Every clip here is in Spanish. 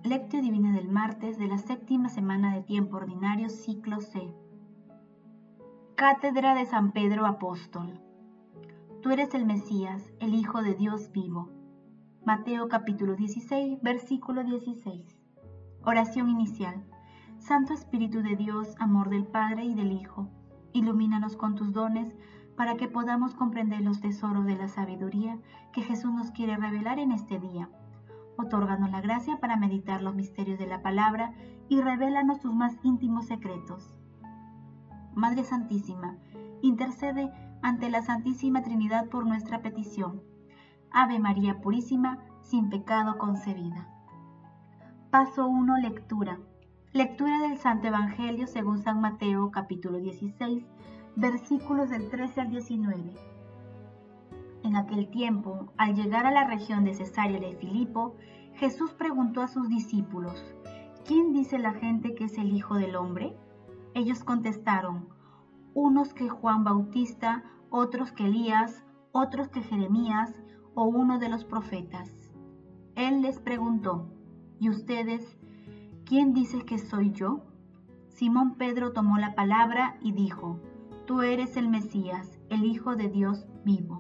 Lectio Divina del martes de la séptima semana de tiempo ordinario, ciclo C. Cátedra de San Pedro Apóstol. Tú eres el Mesías, el Hijo de Dios vivo. Mateo capítulo 16, versículo 16. Oración inicial. Santo Espíritu de Dios, amor del Padre y del Hijo, ilumínanos con tus dones para que podamos comprender los tesoros de la sabiduría que Jesús nos quiere revelar en este día. Otórganos la gracia para meditar los misterios de la palabra y revélanos tus más íntimos secretos. Madre Santísima, intercede ante la Santísima Trinidad por nuestra petición. Ave María Purísima, sin pecado concebida. Paso 1. Lectura. Lectura del Santo Evangelio según San Mateo, capítulo 16, versículos del 13 al 19. En aquel tiempo, al llegar a la región de Cesarea de Filipo, Jesús preguntó a sus discípulos: ¿Quién dice la gente que es el Hijo del Hombre? Ellos contestaron: unos que Juan Bautista, otros que Elías, otros que Jeremías o uno de los profetas. Él les preguntó: ¿y ustedes, quién dice que soy yo? Simón Pedro tomó la palabra y dijo: Tú eres el Mesías, el Hijo de Dios vivo.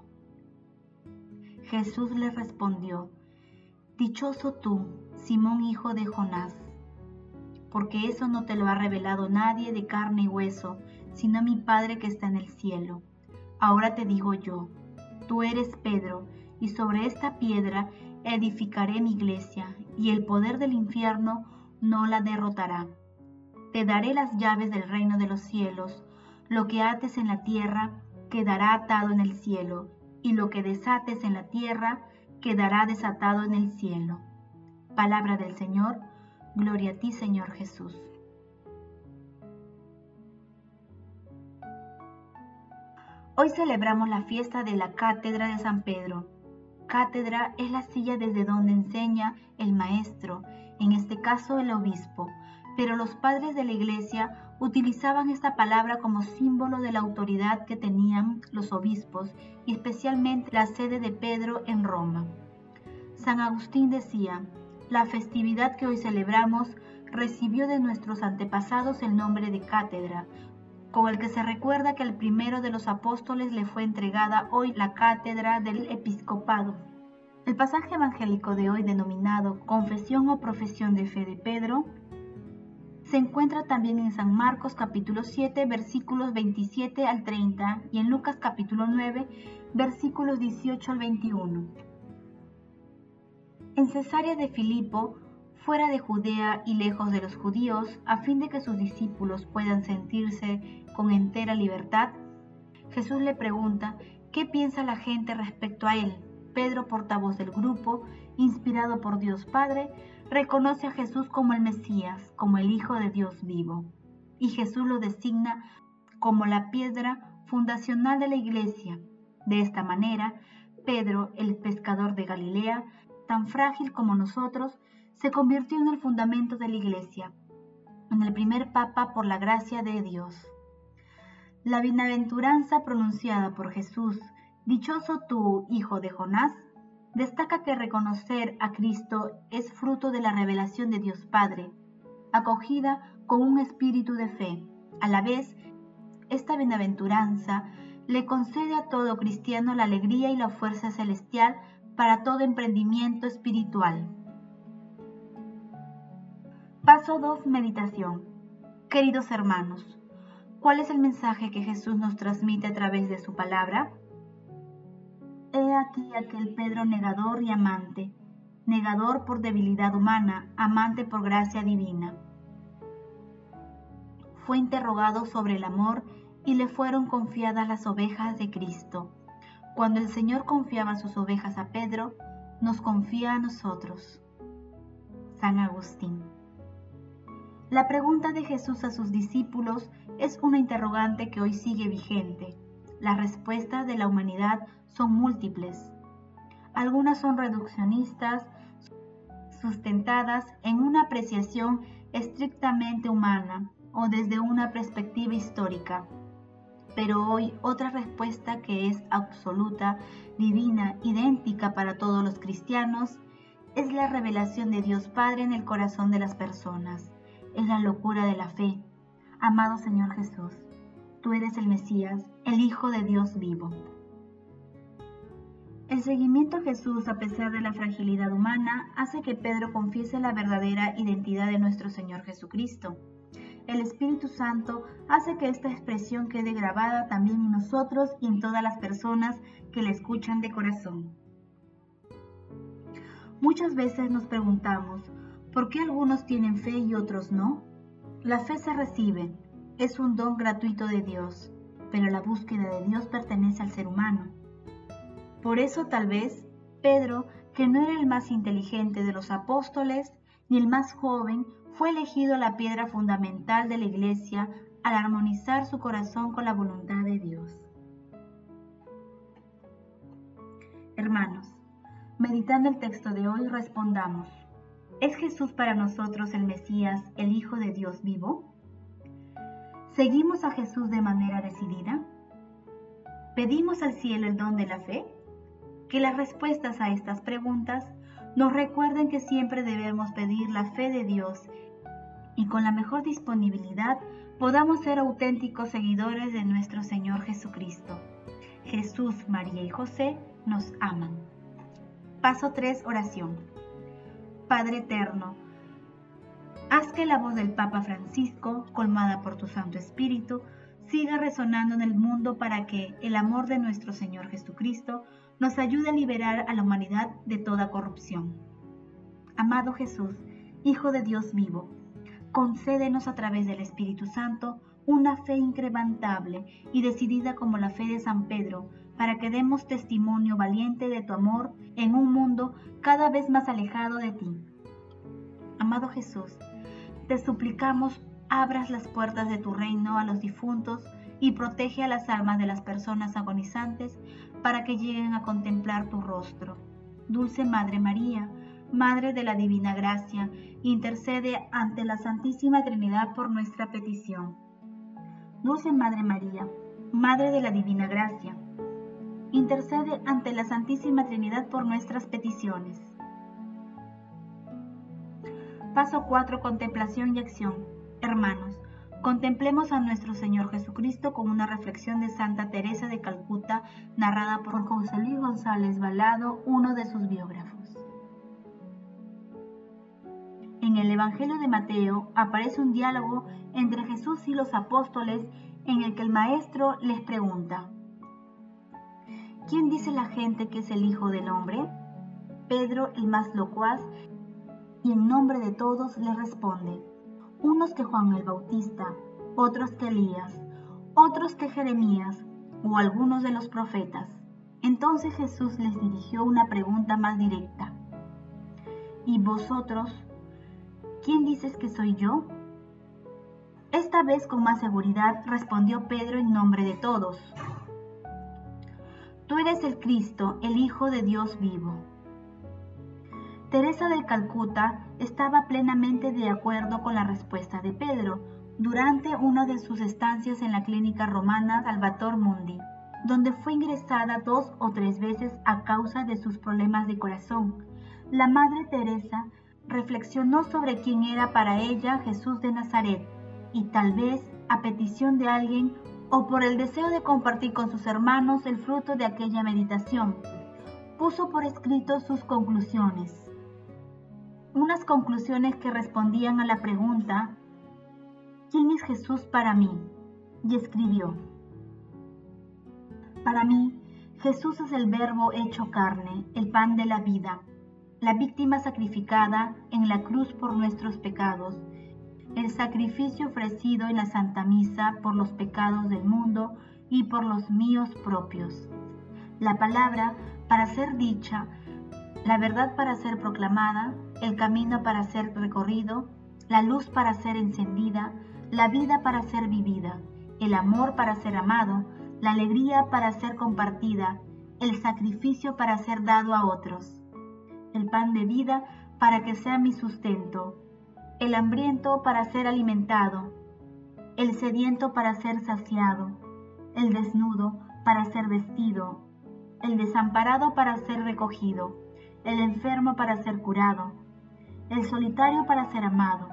Jesús le respondió: Dichoso tú, Simón hijo de Jonás, porque eso no te lo ha revelado nadie de carne y hueso, sino mi Padre que está en el cielo. Ahora te digo yo, tú eres Pedro, y sobre esta piedra edificaré mi iglesia, y el poder del infierno no la derrotará. Te daré las llaves del reino de los cielos. Lo que ates en la tierra quedará atado en el cielo, y lo que desates en la tierra quedará desatado en el cielo. Palabra del Señor. Gloria a ti, Señor Jesús. Hoy celebramos la fiesta de la Cátedra de San Pedro. Cátedra es la silla desde donde enseña el maestro, en este caso el obispo, pero los padres de la Iglesia utilizaban esta palabra como símbolo de la autoridad que tenían los obispos y especialmente la sede de Pedro en Roma. San Agustín decía: la festividad que hoy celebramos recibió de nuestros antepasados el nombre de cátedra, con el que se recuerda que al primero de los apóstoles le fue entregada hoy la cátedra del episcopado. El pasaje evangélico de hoy, denominado Confesión o Profesión de Fe de Pedro, se encuentra también en San Marcos capítulo 7, versículos 27 al 30 y en Lucas capítulo 9, versículos 18 al 21. En Cesarea de Filipo, fuera de Judea y lejos de los judíos, a fin de que sus discípulos puedan sentirse con entera libertad, Jesús le pregunta qué piensa la gente respecto a él. Pedro, portavoz del grupo, inspirado por Dios Padre, reconoce a Jesús como el Mesías, como el Hijo de Dios vivo. Y Jesús lo designa como la piedra fundacional de la Iglesia. De esta manera, Pedro, el pescador de Galilea, tan frágil como nosotros, se convirtió en el fundamento de la Iglesia, en el primer Papa por la gracia de Dios. La bienaventuranza pronunciada por Jesús, dichoso tú, hijo de Jonás, destaca que reconocer a Cristo es fruto de la revelación de Dios Padre, acogida con un espíritu de fe. A la vez, esta bienaventuranza le concede a todo cristiano la alegría y la fuerza celestial para todo emprendimiento espiritual. Paso 2. Meditación. Queridos hermanos, ¿cuál es el mensaje que Jesús nos transmite a través de su palabra? He aquí aquel Pedro negador y amante, negador por debilidad humana, amante por gracia divina. Fue interrogado sobre el amor y le fueron confiadas las ovejas de Cristo. Cuando el Señor confiaba sus ovejas a Pedro, nos confía a nosotros. San Agustín. La pregunta de Jesús a sus discípulos es una interrogante que hoy sigue vigente. Las respuestas de la humanidad son múltiples. Algunas son reduccionistas, sustentadas en una apreciación estrictamente humana o desde una perspectiva histórica. Pero hoy otra respuesta que es absoluta, divina, idéntica para todos los cristianos, es la revelación de Dios Padre en el corazón de las personas. Es la locura de la fe. Amado Señor Jesús, tú eres el Mesías, el Hijo de Dios vivo. El seguimiento a Jesús, a pesar de la fragilidad humana, hace que Pedro confiese la verdadera identidad de nuestro Señor Jesucristo. El Espíritu Santo hace que esta expresión quede grabada también en nosotros y en todas las personas que la escuchan de corazón. Muchas veces nos preguntamos, ¿por qué algunos tienen fe y otros no? La fe se recibe, es un don gratuito de Dios, pero la búsqueda de Dios pertenece al ser humano. Por eso tal vez Pedro, que no era el más inteligente de los apóstoles, ni el más joven, fue elegido la piedra fundamental de la Iglesia al armonizar su corazón con la voluntad de Dios. Hermanos, meditando el texto de hoy, respondamos: ¿es Jesús para nosotros el Mesías, el Hijo de Dios vivo? ¿Seguimos a Jesús de manera decidida? ¿Pedimos al cielo el don de la fe? Que las respuestas a estas preguntas nos recuerden que siempre debemos pedir la fe de Dios y con la mejor disponibilidad podamos ser auténticos seguidores de nuestro Señor Jesucristo. Jesús, María y José nos aman. Paso 3, oración. Padre eterno, haz que la voz del Papa Francisco, colmada por tu Santo Espíritu, siga resonando en el mundo para que el amor de nuestro Señor Jesucristo nos ayude a liberar a la humanidad de toda corrupción. Amado Jesús, Hijo de Dios vivo, concédenos a través del Espíritu Santo una fe incrementable y decidida como la fe de San Pedro, para que demos testimonio valiente de tu amor en un mundo cada vez más alejado de ti. Amado Jesús, te suplicamos abras las puertas de tu reino a los difuntos y protege a las almas de las personas agonizantes para que lleguen a contemplar tu rostro. Dulce Madre María, Madre de la Divina Gracia, intercede ante la Santísima Trinidad por nuestra petición. Dulce Madre María, Madre de la Divina Gracia, intercede ante la Santísima Trinidad por nuestras peticiones. Paso 4. Contemplación y acción. Hermanos, contemplemos a nuestro Señor Jesucristo con una reflexión de Santa Teresa de Calcuta, narrada por José Luis González Balado, uno de sus biógrafos. En el Evangelio de Mateo aparece un diálogo entre Jesús y los apóstoles en el que el Maestro les pregunta: ¿quién dice la gente que es el Hijo del Hombre? Pedro, el más locuaz, y en nombre de todos le responde: unos que Juan el Bautista, otros que Elías, otros que Jeremías o algunos de los profetas. Entonces Jesús les dirigió una pregunta más directa: ¿y vosotros, quién dices que soy yo? Esta vez con más seguridad respondió Pedro en nombre de todos: tú eres el Cristo, el Hijo de Dios vivo. Teresa de Calcuta estaba plenamente de acuerdo con la respuesta de Pedro durante una de sus estancias en la clínica romana Salvator Mundi, donde fue ingresada 2 o 3 veces a causa de sus problemas de corazón. La Madre Teresa reflexionó sobre quién era para ella Jesús de Nazaret y tal vez a petición de alguien o por el deseo de compartir con sus hermanos el fruto de aquella meditación, puso por escrito sus conclusiones. Unas conclusiones que respondían a la pregunta: ¿quién es Jesús para mí? Y escribió: para mí, Jesús es el Verbo hecho carne, el pan de la vida, la víctima sacrificada en la cruz por nuestros pecados, el sacrificio ofrecido en la Santa Misa por los pecados del mundo y por los míos propios, la palabra para ser dicha, la verdad para ser proclamada, el camino para ser recorrido, la luz para ser encendida, la vida para ser vivida, el amor para ser amado, la alegría para ser compartida, el sacrificio para ser dado a otros, el pan de vida para que sea mi sustento, el hambriento para ser alimentado, el sediento para ser saciado, el desnudo para ser vestido, el desamparado para ser recogido, el enfermo para ser curado, el solitario para ser amado,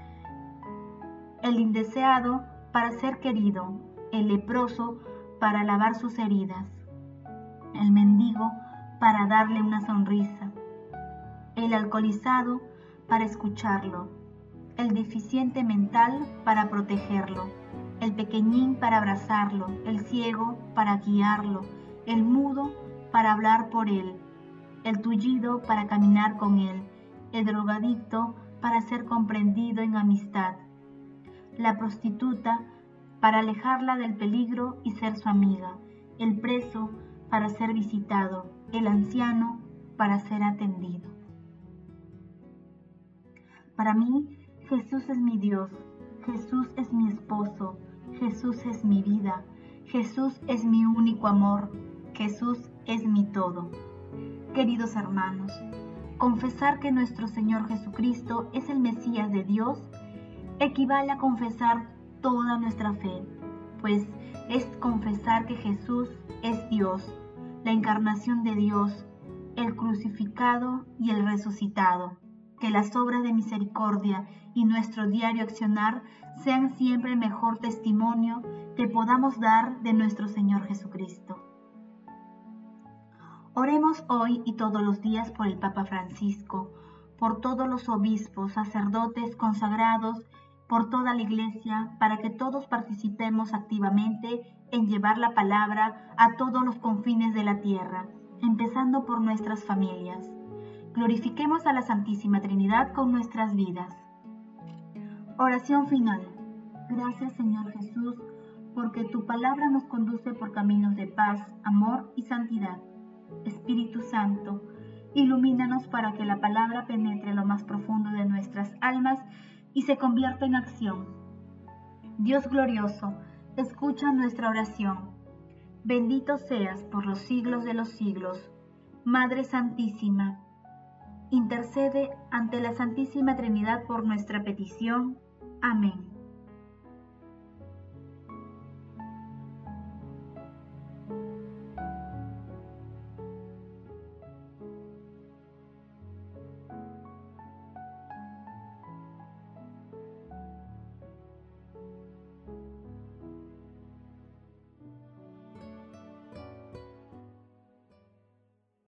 el indeseado para ser querido, el leproso para lavar sus heridas, el mendigo para darle una sonrisa, el alcoholizado para escucharlo, el deficiente mental para protegerlo, el pequeñín para abrazarlo, el ciego para guiarlo, el mudo para hablar por él, el tullido para caminar con él, el drogadicto para ser comprendido en amistad, la prostituta para alejarla del peligro y ser su amiga, el preso para ser visitado, el anciano para ser atendido. Para mí, Jesús es mi Dios, Jesús es mi esposo, Jesús es mi vida, Jesús es mi único amor, Jesús es mi todo. Queridos hermanos, confesar que nuestro Señor Jesucristo es el Mesías de Dios equivale a confesar toda nuestra fe, pues es confesar que Jesús es Dios, la encarnación de Dios, el crucificado y el resucitado. Que las obras de misericordia y nuestro diario accionar sean siempre el mejor testimonio que podamos dar de nuestro Señor Jesucristo. Oremos hoy y todos los días por el Papa Francisco, por todos los obispos, sacerdotes, consagrados, por toda la Iglesia, para que todos participemos activamente en llevar la palabra a todos los confines de la tierra, empezando por nuestras familias. Glorifiquemos a la Santísima Trinidad con nuestras vidas. Oración final. Gracias, Señor Jesús, porque tu palabra nos conduce por caminos de paz, amor y santidad. Espíritu Santo, ilumínanos para que la palabra penetre lo más profundo de nuestras almas y se convierta en acción. Dios glorioso, escucha nuestra oración. Bendito seas por los siglos de los siglos. Madre Santísima, intercede ante la Santísima Trinidad por nuestra petición. Amén.